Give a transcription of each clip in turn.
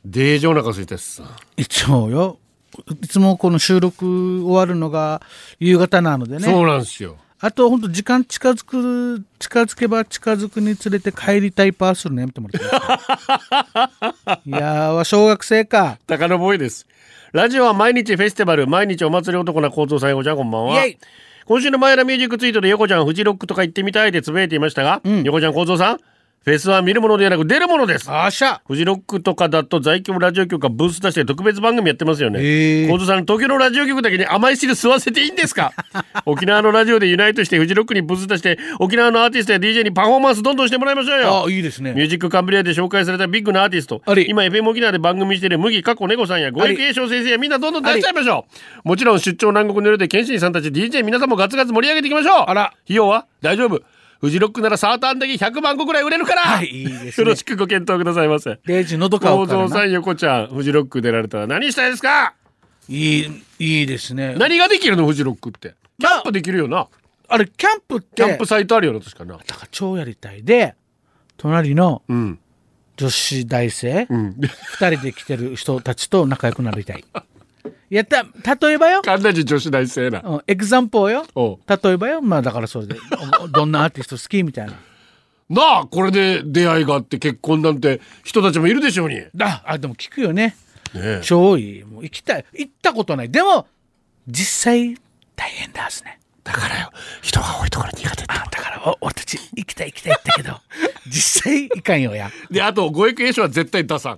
デージお腹空いてさ。 一応よ、いつもこの収録終わるのが夕方なのでね。 そうなんですよ。 あと本当時間近づけば近づくにつれて帰りたいパーするのやめてもらっていいですか。いやー、小学生か。 高野ボーイです。ラジオは毎日フェスティバル、毎日お祭り男な構造さん、横ちゃんこんばんは。 イエイ。 今週のマイラミュージックツイートで横ちゃんフジロックとか行ってみたいでつぶやいていましたが、横ちゃん構造さん、フェスは見るものではなく出るものです。 あっしゃ。 フジロックとかだと在京ラジオ局がブース出して特別番組やってますよね。構造さん、東京のラジオ局だけに甘い汁吸わせていいんですか。沖縄のラジオでユナイトしてフジロックにブース出して沖縄のアーティストや DJ にパフォーマンスどんどんしてもらいましょうよ。 あ、いいですね。 ミュージックカンブリアで紹介されたビッグなアーティスト、今 FM 沖縄で番組している麦かっこ猫さんや小池栄翔先生やみんなどんどん出しちゃいましょう。もちろん出張南国の夜で謙信さんたち DJ 皆さんもガツガツ盛り上げていきましょう。 あら、 費用は大丈夫。フジロックならサーターアンダギー100万個ぐらい売れるから、 はい、いいですね。 よろしくご検討くださいませ。 デージのどかを構造さん、横ちゃん、フジロック出られたら何したいですか。 いいですね。 何ができるのフジロックって。キャンプできるよな。 あれキャンプってキャンプサイトあるよな、確かな。 だから超やりたい。で隣の女子大生、2人で来てる人たちと仲良くなりたい。やった。例えばよ、 かんなじ女子大生な、 エグザンポーよ。例えばよ、まあだからそれでどんなアーティスト好きみたいな。 なあ、これで出会いがあって結婚なんて人たちもいるでしょうに。 あ、でも聞くよね。超いい。もう行きたい。行ったことない。でも実際大変だはずね。 だからよ、人が多いところ苦手って。 だから俺たち行きたいってけど実際行かんよや。 で、あとご益栄翔は絶対出さん。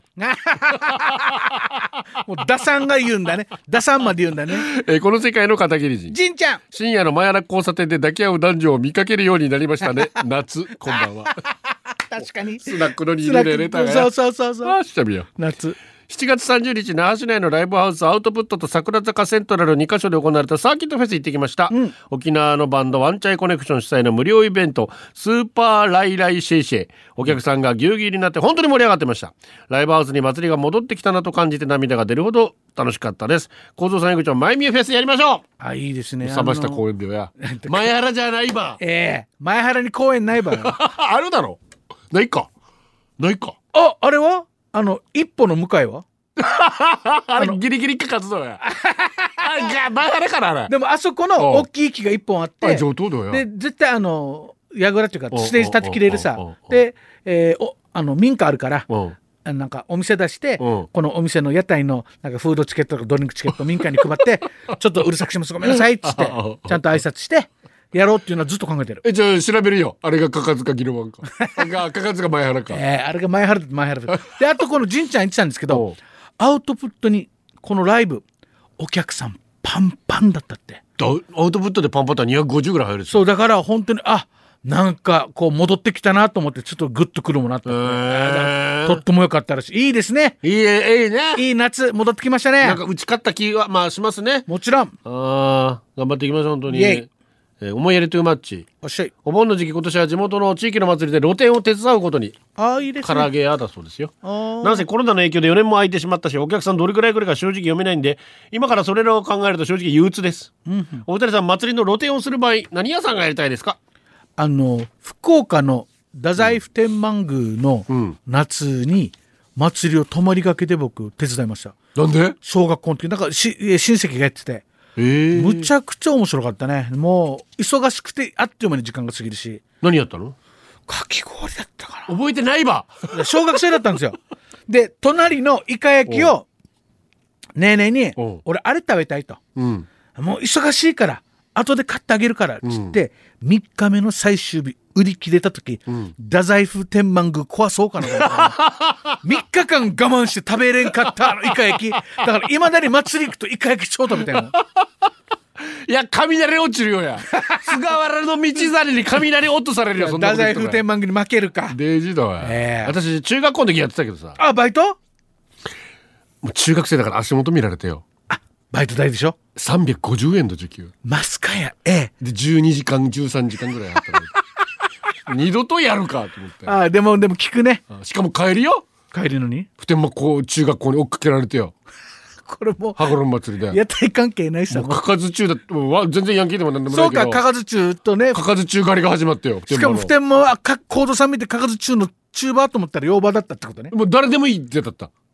もうダさんが言うんだね。ダさんまで言うんだね。 この世界の片桐仁じんちゃん、 深夜の真夜中交差点で抱き合う男女を見かけるようになりましたね。夏、こんばんは。 確かにスナックのに入れれレターがや。 そうあ、しゃべよ。 夏 7月30日、那覇市内のライブハウスアウトプットと桜坂セントラル2カ所で行われたサーキットフェス行ってきました。沖縄のバンドワンチャイコネクション主催の無料イベントスーパーライライシェイシェイ、お客さんがぎゅうぎゅうになって本当に盛り上がってました。ライブハウスに祭りが戻ってきたなと感じて涙が出るほど楽しかったです。構造さん、井口はマイミューフェスやりましょう。 あ、いいですね。 サバした公園でや前原じゃないば。 前原に公園ないばよ。 あるだろ。ないか。 あれは一歩の向かいはあれギリギリ活動や。前原からあれ。 でもあそこの大きい木が一本あって、 上等だよ。 で絶対やぐらっていうかステージ立てきれるさ。で、民家あるからなんかお店出して、このお店の屋台のなんかフードチケットとかドリンクチケット民家に配ってちょっとうるさくしますごめんなさいっつってちゃんと挨拶してやろうっていうのはずっと考えてる。 じゃあ調べるよ。あれがかかずかギロワンか。かかずか前原か。 あれが前原で、あとこのじんちゃん言ってたんですけど、アウトプットにこのライブお客さんパンパンだったって。 アウトプットでパンパンだったら250ぐらい入る。 そうだから本当になんかこう戻ってきたなと思ってちょっとグッとくるもんなととってもよかったらしい。いいですね。いいね。いい夏戻ってきましたね。 なんか打ち勝った気はまあしますね。 もちろん。 頑張っていきましょう本当に。思いやりトゥーマッチ。お盆の時期、今年は地元の地域の祭りで露店を手伝うことに。 いいですね。 唐揚げ屋だそうですよ。なんせコロナの影響で4年も空いてしまったし、お客さんどれくらい来るか正直読めないんで、今からそれらを考えると正直憂鬱です。お二人さん、祭りの露店をする場合何屋さんがやりたいですか。 福岡の太宰府天満宮の夏に祭りを泊まりがけで僕手伝いました。 なんで？ 小学校の時なんか親戚がやってて、むちゃくちゃ面白かったね。もう忙しくてあっという間に時間が過ぎるし。 何やったの？ かき氷だったかな。覚えてないば。 小学生だったんですよ。で隣のイカ焼きをねえねえに俺あれ食べたいと、もう忙しいから後で買ってあげるからっつって、3日目の最終日売り切れた時、太宰府天満宮壊そうかなと思った3日間我慢して食べれんかったイカ焼きだからいまだに祭り行くとイカ焼き超食べたいの。 いや雷落ちるよや。菅原の道真に雷落とされるよ。そんな太宰府天満宮に負けるか。 デージだわ。私中学校の時やってたけどさ。 バイト？ もう中学生だから足元見られてよ。 バイト代でしょ。 350円の時給。 マスカや。 で12時間13時間ぐらいあったら二度とやるかと思って。 でも聞くね。 しかも帰りよ。 帰りのに普天間中学校に追っかけられてよ。 これも羽衣祭りで屋台関係ないさ。 かかず中だって全然ヤンキーでもなんでもないけど。 そうか、かかず中とね。 かかず中狩りが始まってよ。 しかも普天間はコードさん見てかかず中の中バーと思ったら洋バーだったってことね。 もう誰でもいいってだった。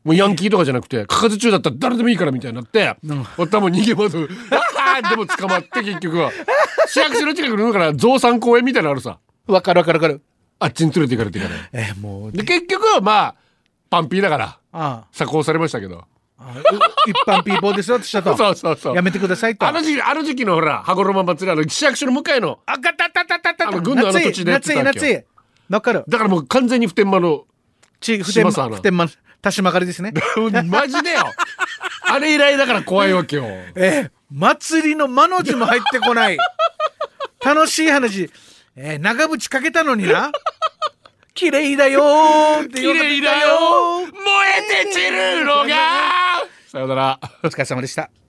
もうヤンキーとかじゃなくて、かかず中だったら誰でもいいからみたいになって、おったも逃げ惑うでも捕まって結局は市役所の近くにいるから増産公園みたいなのあるさ。 わかるわかるわかる。 あっちに連れて行かれてからもうで結局はまあパンピーだから釈放されましたけど、 一般ピーポーですよってしたとそうやめてくださいと。 あの時期のほら羽衣祭り、市役所の向かいの軍の土地でやってたんですよ。 わかる。 だからもう完全に普天間の普天間田島狩りですねマジでよあれ以来だから怖いわけよ。 祭りの間の字も入ってこない楽しい話、長渕かけたのにな綺麗だよーって綺麗だよ燃えて散るのがさよならお疲れ様でした。